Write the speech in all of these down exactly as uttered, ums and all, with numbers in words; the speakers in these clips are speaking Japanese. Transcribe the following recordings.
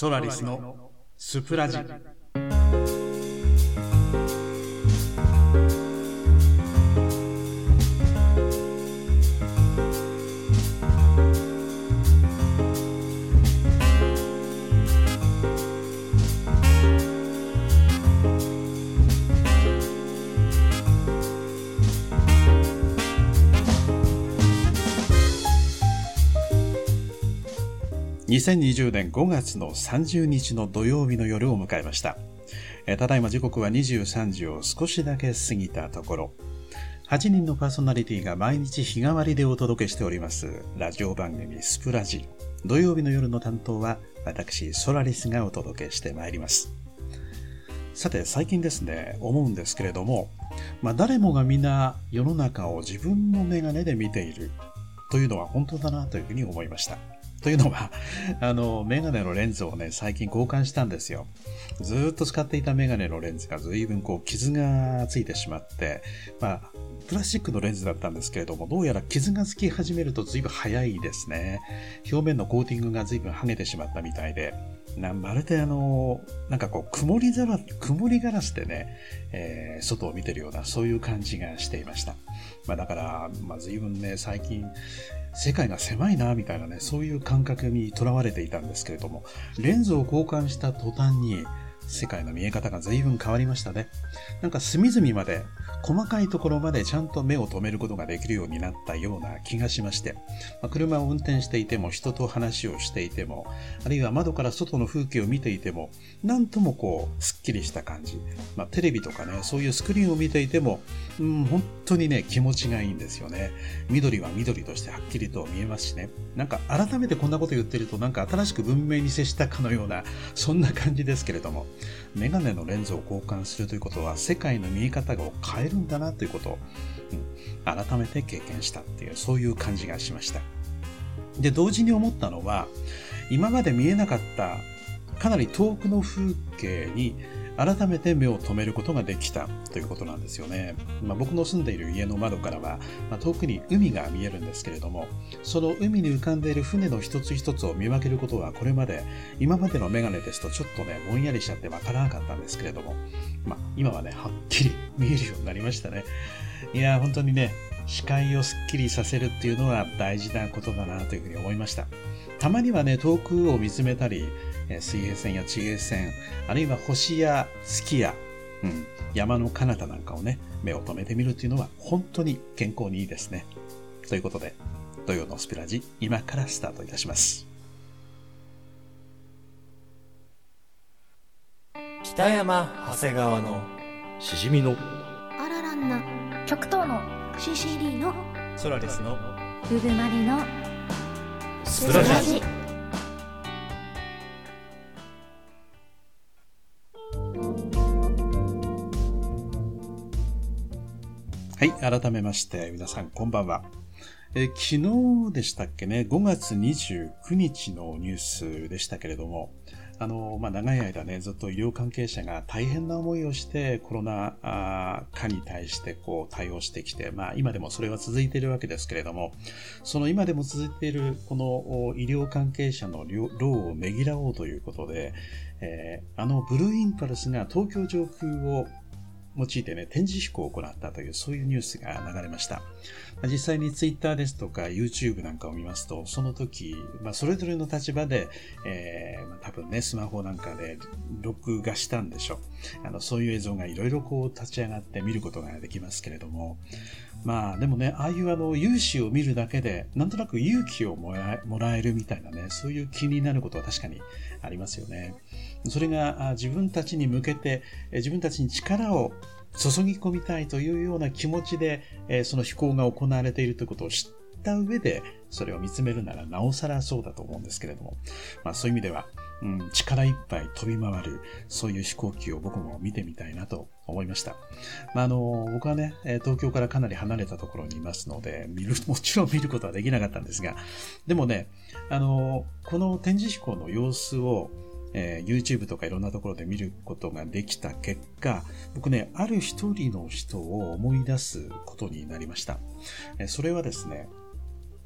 ソラリスのスプラジ。にせんにじゅうねんごがつのさんじゅうにちの土曜日の夜を迎えました。えただいま時刻はにじゅうさんじを少しだけ過ぎたところ、はちにんのパーソナリティが毎日日替わりでお届けしておりますラジオ番組スプラジ。土曜日の夜の担当は私ソラリスがお届けしてまいります。さて最近ですね、思うんですけれども、まあ、誰もがみんな世の中を自分の眼鏡で見ているというのは本当だなというふうに思いました。というのは、あの、メガネのレンズをね、最近交換したんですよ。ずーっと使っていたメガネのレンズが随分こう傷がついてしまって、まあ、プラスチックのレンズだったんですけれども、どうやら傷がつき始めると随分早いですね。表面のコーティングが随分剥げてしまったみたいで、なまるであの、なんかこう、曇りざら、曇りガラスでね、えー、外を見てるような、そういう感じがしていました。まあだから、まあ随分ね、最近、世界が狭いなみたいなね、そういう感覚にとらわれていたんですけれども、レンズを交換した途端に世界の見え方が随分変わりましたね。なんか隅々まで、細かいところまでちゃんと目を留めることができるようになったような気がしまして、まあ、車を運転していても、人と話をしていても、あるいは窓から外の風景を見ていても、なんともこうすっきりした感じ、まあ、テレビとかね、そういうスクリーンを見ていても、うん、本当にね、気持ちがいいんですよね。緑は緑としてはっきりと見えますしね。なんか改めてこんなこと言ってると、なんか新しく文明に接したかのような、そんな感じですけれども、メガネのレンズを交換するということは、世界の見え方を変えるんだなということを、うん、改めて経験したっていう、そういう感じがしました。で、同時に思ったのは、今まで見えなかったかなり遠くの風景に改めて目を留めることができたということなんですよね。まあ、僕の住んでいる家の窓からは、まあ、遠くに海が見えるんですけれども、その海に浮かんでいる船の一つ一つを見分けることはこれまで、今までのメガネですとちょっとね、ぼんやりしちゃってわからなかったんですけれども、まあ、今はね、はっきり見えるようになりましたね。いやー、本当にね、視界をすっきりさせるっていうのは大事なことだなというふうに思いました。たまにはね、遠くを見つめたり、水平線や地平線、あるいは星や月や、うん、山の彼方なんかをね、目を留めてみるっていうのは本当に健康にいいですね。ということで、土曜のスピラジ、今からスタートいたします。 北山長谷川のしじみのあららんな極東のシシリのソラリスのウブマリのスプラジ。 はい、改めまして皆さんこんばんは。え昨日でしたっけね、ごがつにじゅうくにちのニュースでしたけれども、あの、まあ、長い間ね、ずっと医療関係者が大変な思いをしてコロナ禍に対してこう対応してきて、まあ、今でもそれは続いているわけですけれども、その今でも続いているこの医療関係者の労をねぎらおうということで、えー、あのブルーインパルスが東京上空を用いてね、展示飛行を行ったという、そういうニュースが流れました。実際にツイッターですとか YouTube なんかを見ますと、その時、まあ、それぞれの立場で、えーまあ、多分ね、スマホなんかで録画したんでしょう。あの、そういう映像がいろいろこう立ち上がって見ることができますけれども、まあでもね、ああいうあの勇姿を見るだけで、なんとなく勇気をもらえ、もらえるみたいなね、そういう気になることは確かにありますよね。それが自分たちに向けて、自分たちに力を注ぎ込みたいというような気持ちで、その飛行が行われているということを知った上で、それを見つめるならなおさらそうだと思うんですけれども、まあそういう意味では、うん、力いっぱい飛び回る、そういう飛行機を僕も見てみたいなと思いました。まあ、あの、僕はね、東京からかなり離れたところにいますので、見る、もちろん見ることはできなかったんですが、でもね、あの、この展示飛行の様子を、えー、YouTube とかいろんなところで見ることができた結果、僕ね、ある一人の人を思い出すことになりました。えー、それはですね、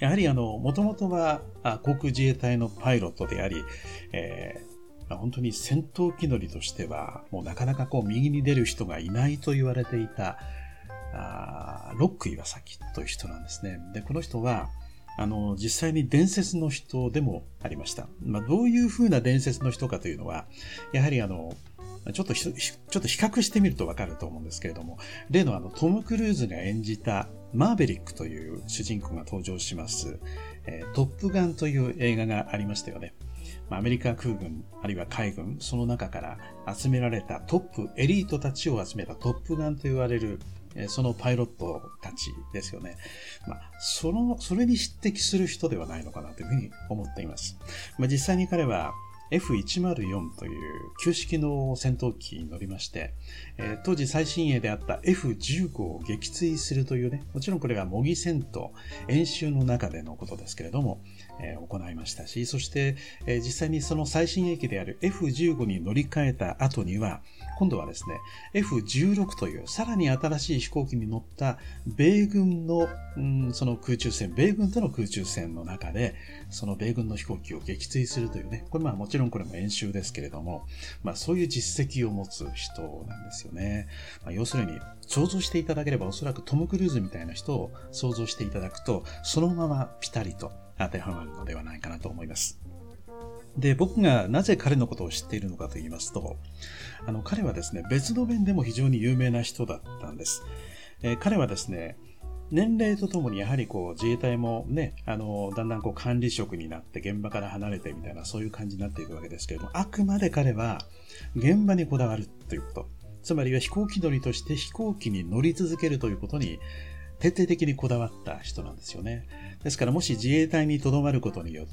やはりあの、もともとはあ航空自衛隊のパイロットであり、えー、本当に戦闘機乗りとしては、もうなかなかこう右に出る人がいないと言われていた、あロック岩崎という人なんですね。で、この人は、あの、実際に伝説の人でもありました。まあ、どういう風な伝説の人かというのは、やはりあの、ちょっとひ、ちょっと比較してみるとわかると思うんですけれども、例のあの、トム・クルーズが演じたマーベリックという主人公が登場します、えー、トップガンという映画がありましたよね。アメリカ空軍あるいは海軍、その中から集められたトップ、エリートたちを集めたトップガンと言われるそのパイロットたちですよね。まあ、その、それに匹敵する人ではないのかなというふうに思っています。まあ、実際に彼は エフいちまるよん という旧式の戦闘機に乗りまして、えー、当時最新鋭であった エフじゅうご を撃墜するというね、もちろんこれが模擬戦闘、演習の中でのことですけれども、えー、行いましたし、そして、えー、実際にその最新鋭機である エフじゅうご に乗り換えた後には、今度はですね、エフじゅうろく というさらに新しい飛行機に乗った米軍の、うん、その空中戦、米軍との空中戦の中で、その米軍の飛行機を撃墜するというね、これまあもちろんこれも演習ですけれども、まあそういう実績を持つ人なんですよね。まあ、要するに想像していただければおそらくトム・クルーズみたいな人を想像していただくと、そのままピタリと当てはまるのではないかなと思います。で、僕がなぜ彼のことを知っているのかと言いますと、あの彼はですね、別の面でも非常に有名な人だったんです。えー、彼はですね、年齢とともにやはりこう自衛隊もね、あの、だんだんこう管理職になって現場から離れてみたいなそういう感じになっていくわけですけれども、あくまで彼は現場にこだわるということ。つまりは飛行機乗りとして飛行機に乗り続けるということに徹底的にこだわった人なんですよね。ですからもし自衛隊に留まることによって、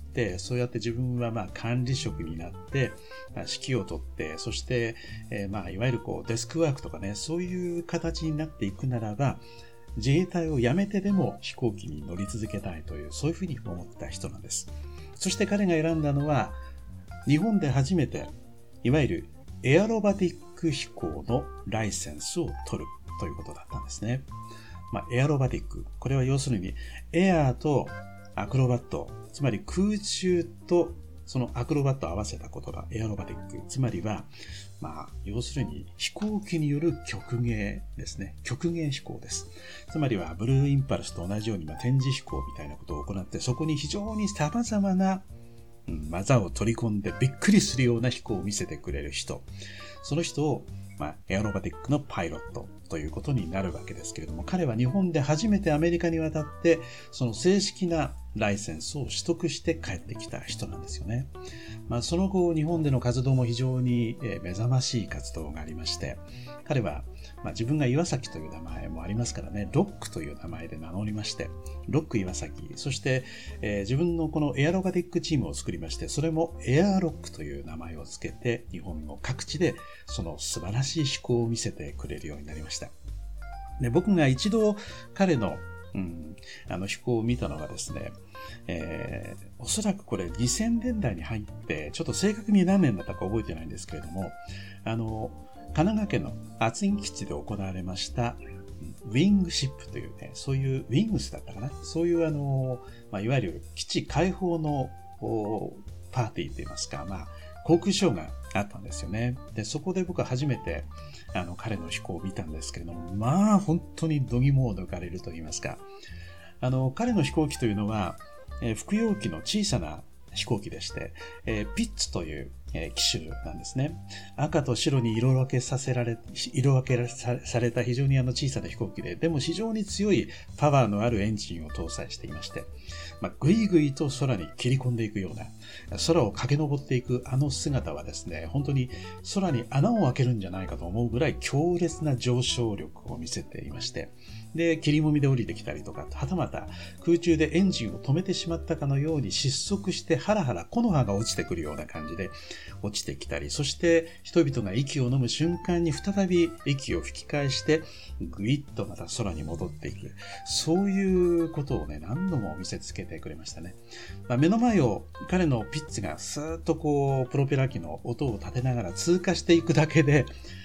そうやって自分はまあ管理職になって、まあ、指揮を取って、そして、えー、まあいわゆるこうデスクワークとかね、そういう形になっていくならば、自衛隊を辞めてでも飛行機に乗り続けたいという、そういうふうに思った人なんです。そして彼が選んだのは、日本で初めて、いわゆるエアロバティック飛行のライセンスを取るということだったんですね。まあ、エアロバティック。これは要するに、エアーとアクロバット、つまり空中とそのアクロバットを合わせたことがエアロバティック。つまりは、まあ、要するに飛行機による曲芸ですね。曲芸飛行です。つまりは、ブルーインパルスと同じように、まあ、展示飛行みたいなことを行って、そこに非常に様々な、うん、技を取り込んでびっくりするような飛行を見せてくれる人。その人を、まあ、エアロバティックのパイロットということになるわけですけれども、彼は日本で初めてアメリカに渡って、その正式なライセンスを取得して帰ってきた人なんですよね。まあ、その後、日本での活動も非常に目覚ましい活動がありまして、彼は、まあ、自分が岩崎という名前もありますからね、ロックという名前で名乗りまして、ロック岩崎、そして、えー、自分のこのエアロバティックチームを作りまして、それもエアロックという名前をつけて、日本の各地でその素晴らしい飛行を見せてくれるようになりました。で、僕が一度彼の、うん、あの飛行を見たのがですね、えー、おそらくこれにせんねんだいに入って、ちょっと正確に何年だったか覚えてないんですけれども、あの、神奈川県の厚木基地で行われましたウィングシップというね、そういうウィングスだったかな、そういうあの、まあ、いわゆる基地開放のパーティーといいますか、まあ、航空ショーがあったんですよね。で、そこで僕は初めてあの彼の飛行を見たんですけれども、まあ本当に度肝を抜かれると言いますか、あの彼の飛行機というのは、えー、複用機の小さな飛行機でして、えー、ピッツという、えー、機種なんですね。赤と白に色分けさせられ、色分けさ、された非常にあの小さな飛行機で、でも非常に強いパワーのあるエンジンを搭載していまして、まあ、ぐいぐいと空に切り込んでいくような、空を駆け上っていくあの姿はですね、本当に空に穴を開けるんじゃないかと思うぐらい強烈な上昇力を見せていまして、で、切りもみで降りてきたりとか、はたまた空中でエンジンを止めてしまったかのように失速してハラハラ木の葉が落ちてくるような感じで落ちてきたり、そして人々が息を飲む瞬間に再び息を吹き返してぐいっとまた空に戻っていく。そういうことをね、何度も見せつけてくれましたね。まあ、目の前を彼のピッツがスーッとこうプロペラ機の音を立てながら通過していくだけで、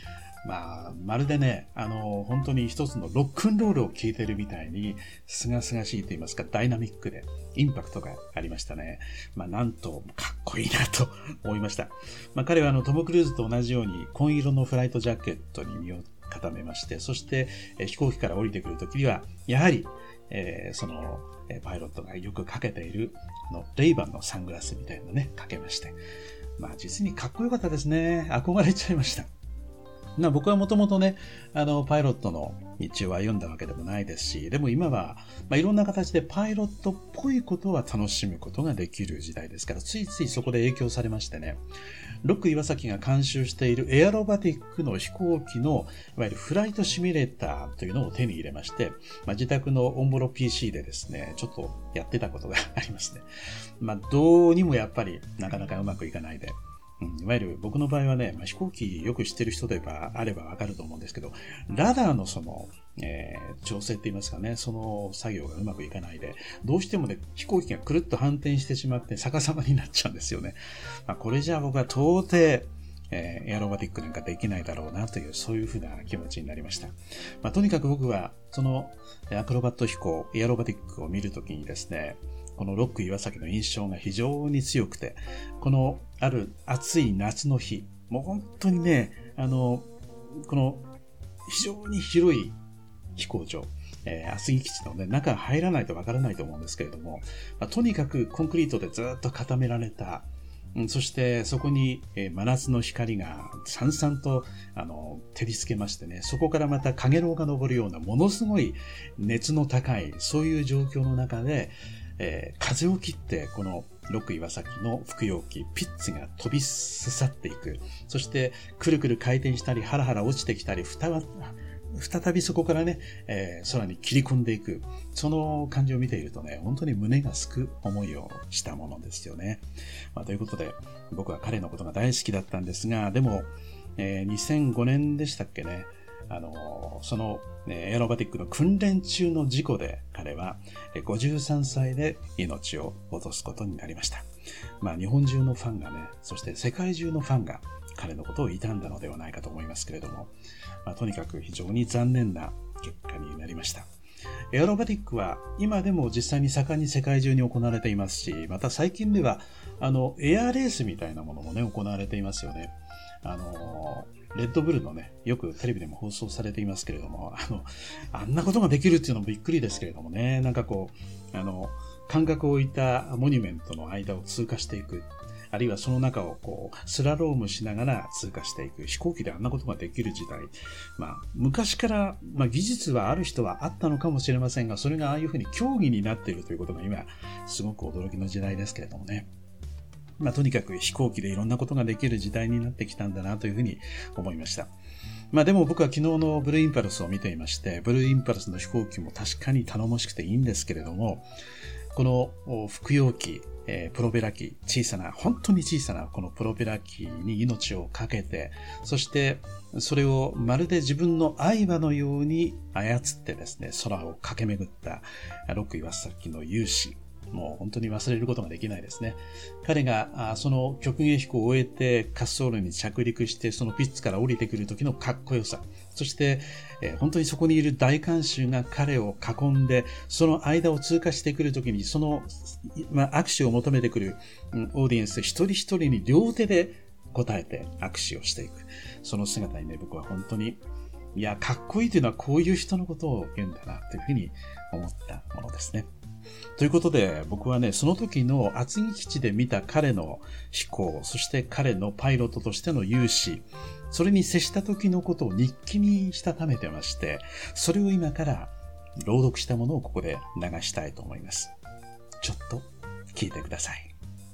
まあ、まるでね、あの、本当に一つのロックンロールを聴いてるみたいに、すがすがしいと言いますか、ダイナミックで、インパクトがありましたね。まあ、なんと、かっこいいなと思いました。まあ、彼はあの、トム・クルーズと同じように、紺色のフライトジャケットに身を固めまして、そして、えー、飛行機から降りてくるときには、やはり、えー、その、えー、パイロットがよくかけている、あの、レイバンのサングラスみたいなのね、かけまして。まあ、実にかっこよかったですね。憧れちゃいました。まあ、僕はもともとね、あの、パイロットの道を歩んだわけでもないですし、でも今は、まあ、いろんな形でパイロットっぽいことは楽しむことができる時代ですから、ついついそこで影響されましてね、ロック岩崎が監修しているエアロバティックの飛行機の、いわゆるフライトシミュレーターというのを手に入れまして、まあ、自宅のオンボロ ピーシー でですね、ちょっとやってたことがありますね。まあ、どうにもやっぱりなかなかうまくいかないで、いわゆる僕の場合はね、まあ、飛行機よく知ってる人であればわかると思うんですけど、ラダーのその、えー、調整って言いますかね、その作業がうまくいかないで、どうしてもね、飛行機がくるっと反転してしまって逆さまになっちゃうんですよね。まあ、これじゃあ僕は到底、えー、エアロバティックなんかできないだろうなという、そういうふうな気持ちになりました。まあ、とにかく僕は、そのアクロバット飛行、エアロバティックを見るときにですね、このロック岩崎の印象が非常に強くて、このある暑い夏の日、もう本当にね、あの、この非常に広い飛行場、えー、厚木基地のね、中入らないとわからないと思うんですけれども、まあ、とにかくコンクリートでずっと固められた、うん、そしてそこに、えー、真夏の光がさんさんとあの照りつけましてね、そこからまた陽炎が昇るようなものすごい熱の高い、そういう状況の中で、えー、風を切ってこのロック岩崎の服用機ピッツが飛びすさっていく。そしてくるくる回転したりハラハラ落ちてきたり、ふた再びそこからね、えー、空に切り込んでいく。その感じを見ているとね、本当に胸がすく思いをしたものですよね。まあ、ということで僕は彼のことが大好きだったんですが、でも、えー、にせんごねんでしたっけね、あのそのエアロバティックの訓練中の事故で彼はごじゅうさんさいで命を落とすことになりました。まあ日本中のファンがね、そして世界中のファンが彼のことを悼んだのではないかと思いますけれども、まあ、とにかく非常に残念な結果になりました。エアロバティックは今でも実際に盛んに世界中に行われていますし、また最近ではあのエアレースみたいなものもね行われていますよね。あのレッドブルのね、よくテレビでも放送されていますけれども、あの、あんなことができるっていうのもびっくりですけれどもね、なんかこう、あの、間隔を置いたモニュメントの間を通過していく、あるいはその中をこう、スラロームしながら通過していく、飛行機であんなことができる時代、まあ、昔から、まあ、技術はある人はあったのかもしれませんが、それがああいうふうに競技になっているということが今、すごく驚きの時代ですけれどもね。まあ、とにかく飛行機でいろんなことができる時代になってきたんだなというふうに思いました。まあでも僕は昨日のブルーインパルスを見ていまして、ブルーインパルスの飛行機も確かに頼もしくていいんですけれども、この服用機、えー、プロペラ機、小さな、本当に小さなこのプロペラ機に命をかけて、そしてそれをまるで自分の愛馬のように操ってですね、空を駆け巡ったロック岩崎の勇士。もう本当に忘れることができないですね。彼がその曲芸飛行を終えて滑走路に着陸してそのピッツから降りてくる時のかっこよさ。そして、えー、本当にそこにいる大観衆が彼を囲んでその間を通過してくる時にその、まあ、握手を求めてくる、うん、オーディエンス一人一人に両手で応えて握手をしていく。その姿にね、僕は本当にいや、かっこいいというのはこういう人のことを言うんだなというふうに思ったものですね。ということで僕はね、その時の厚木基地で見た彼の飛行、そして彼のパイロットとしての勇姿、それに接した時のことを日記にしたためてまして、それを今から朗読したものをここで流したいと思います。ちょっと聞いてください。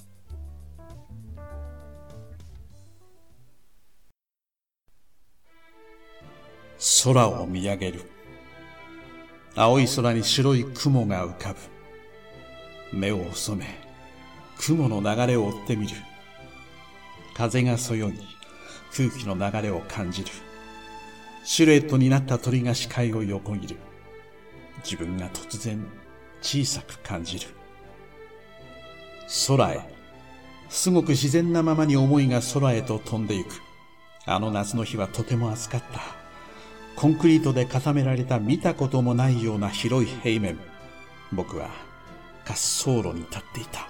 空を見上げる。青い空に白い雲が浮かぶ。目を細め、雲の流れを追ってみる。風がそよぎ、空気の流れを感じる。シルエットになった鳥が視界を横切る。自分が突然小さく感じる。空へ。すごく自然なままに思いが空へと飛んでゆく。 あの夏の日はとても暑かった。コンクリートで固められた見たこともないような広い平面。僕は滑走路に立っていた。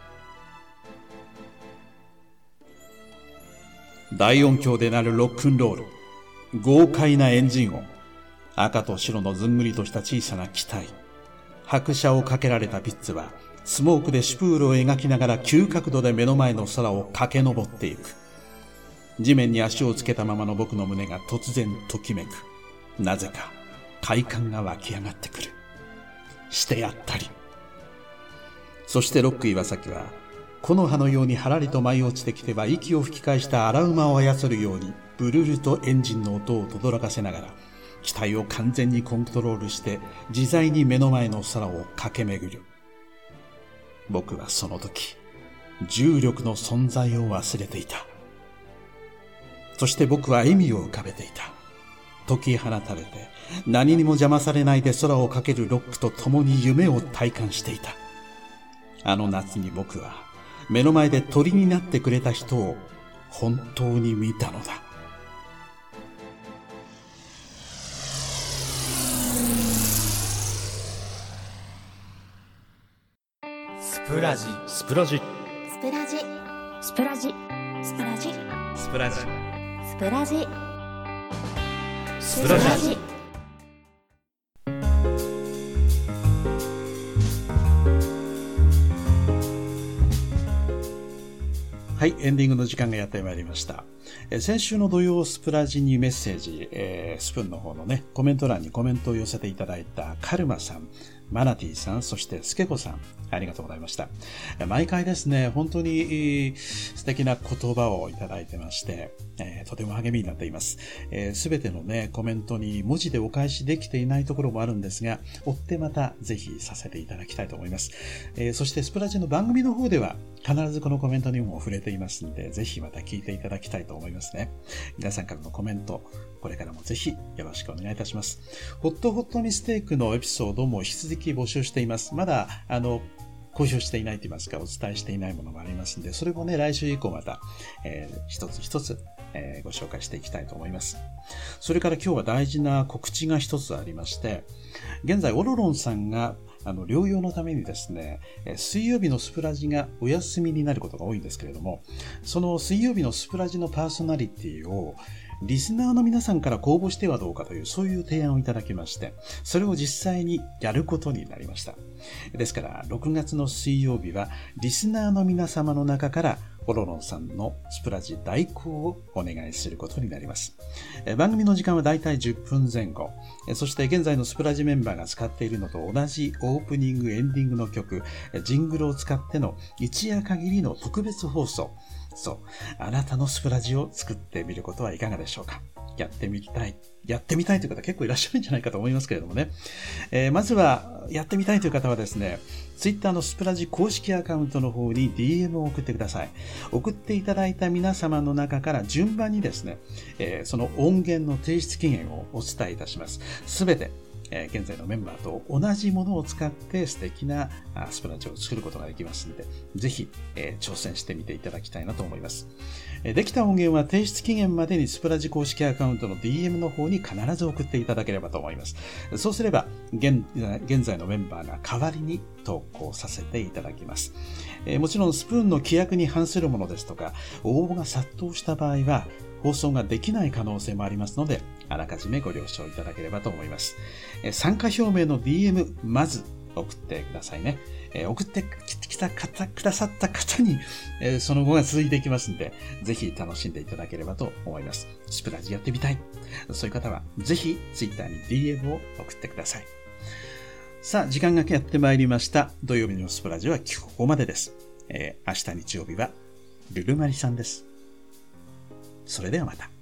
大音響で鳴るロックンロール。豪快なエンジン音。赤と白のずんぐりとした小さな機体。拍車をかけられたピッツは、スモークでシュプールを描きながら急角度で目の前の空を駆け上っていく。地面に足をつけたままの僕の胸が突然ときめく。なぜか快感が湧き上がってくる。してやったり。そしてロック岩崎は、木の葉のようにはらりと舞い落ちてきては息を吹き返した荒馬を操るように、ブルルとエンジンの音を轟かせながら、機体を完全にコントロールして自在に目の前の空を駆け巡る。僕はその時、重力の存在を忘れていた。そして僕は笑みを浮かべていた。解き放たれて何にも邪魔されないで空を駆けるロックと共に夢を体感していた。あの夏に僕は目の前で鳥になってくれた人を本当に見たのだ。 スプラジスプラジスプラジスプラジスプラジスプラジスプラジスプラジはい、エンディングの時間がやってまいりました。え先週の土曜スプラジにメッセージ、えー、スプーンの方のね、コメント欄にコメントを寄せていただいたカルマさん、マナティさん、そしてスケコさん、ありがとうございました。毎回ですね、本当に素敵な言葉をいただいてまして、えー、とても励みになっています。す、えー、べてのね、コメントに文字でお返しできていないところもあるんですが、追ってまたぜひさせていただきたいと思います。えー、そしてスプラジの番組の方では必ずこのコメントにも触れていますので、ぜひまた聞いていただきたいと思いますね。皆さんからのコメント、これからもぜひよろしくお願いいたします。ホットホットミステイクのエピソードも引き続き募集しています。まだ、あの、公表していないと言いますか、お伝えしていないものもありますので、それもね、来週以降また、えー、一つ一つ、えー、ご紹介していきたいと思います。それから今日は大事な告知が一つありまして、現在、オロロンさんが、あの、療養のためにですね、水曜日のスプラジがお休みになることが多いんですけれども、その水曜日のスプラジのパーソナリティを、リスナーの皆さんから公募してはどうかという、そういう提案をいただきまして、それを実際にやることになりました。ですから、ろくがつの水曜日は、リスナーの皆様の中から、オロロンさんのスプラジ代行をお願いすることになります。番組の時間はだいたいじゅっぷんぜん後。そして現在のスプラジメンバーが使っているのと同じオープニング、エンディングの曲、ジングルを使っての一夜限りの特別放送。そう。あなたのスプラジを作ってみることはいかがでしょうか。やってみたい。やってみたいという方結構いらっしゃるんじゃないかと思いますけれどもね。えー、まずは、やってみたいという方はですね、ツイッターのスプラジ公式アカウントの方に ディーエム を送ってください。送っていただいた皆様の中から順番にですね、えー、その音源の提出期限をお伝えいたします。すべて、えー、現在のメンバーと同じものを使って素敵なスプラジを作ることができますので、ぜひ、えー、挑戦してみていただきたいなと思います。できた音源は提出期限までにスプラジ公式アカウントの ディーエム の方に必ず送っていただければと思います。そうすれば 現, 現在のメンバーが代わりに投稿させていただきます。えー、もちろんスプーンの規約に反するものですとか応募が殺到した場合は放送ができない可能性もありますので、あらかじめご了承いただければと思います。えー、参加表明の ディーエム まず送ってくださいね。えー、送ってきた方、くださった方に、えー、その後が続いていきますので、ぜひ楽しんでいただければと思います。スプラジやってみたい。そういう方は、ぜひツイッターに ディーエム を送ってください。さあ、時間がやってまいりました。土曜日のスプラジはここまでです。えー、明日日曜日はルルマリさんです。それではまた。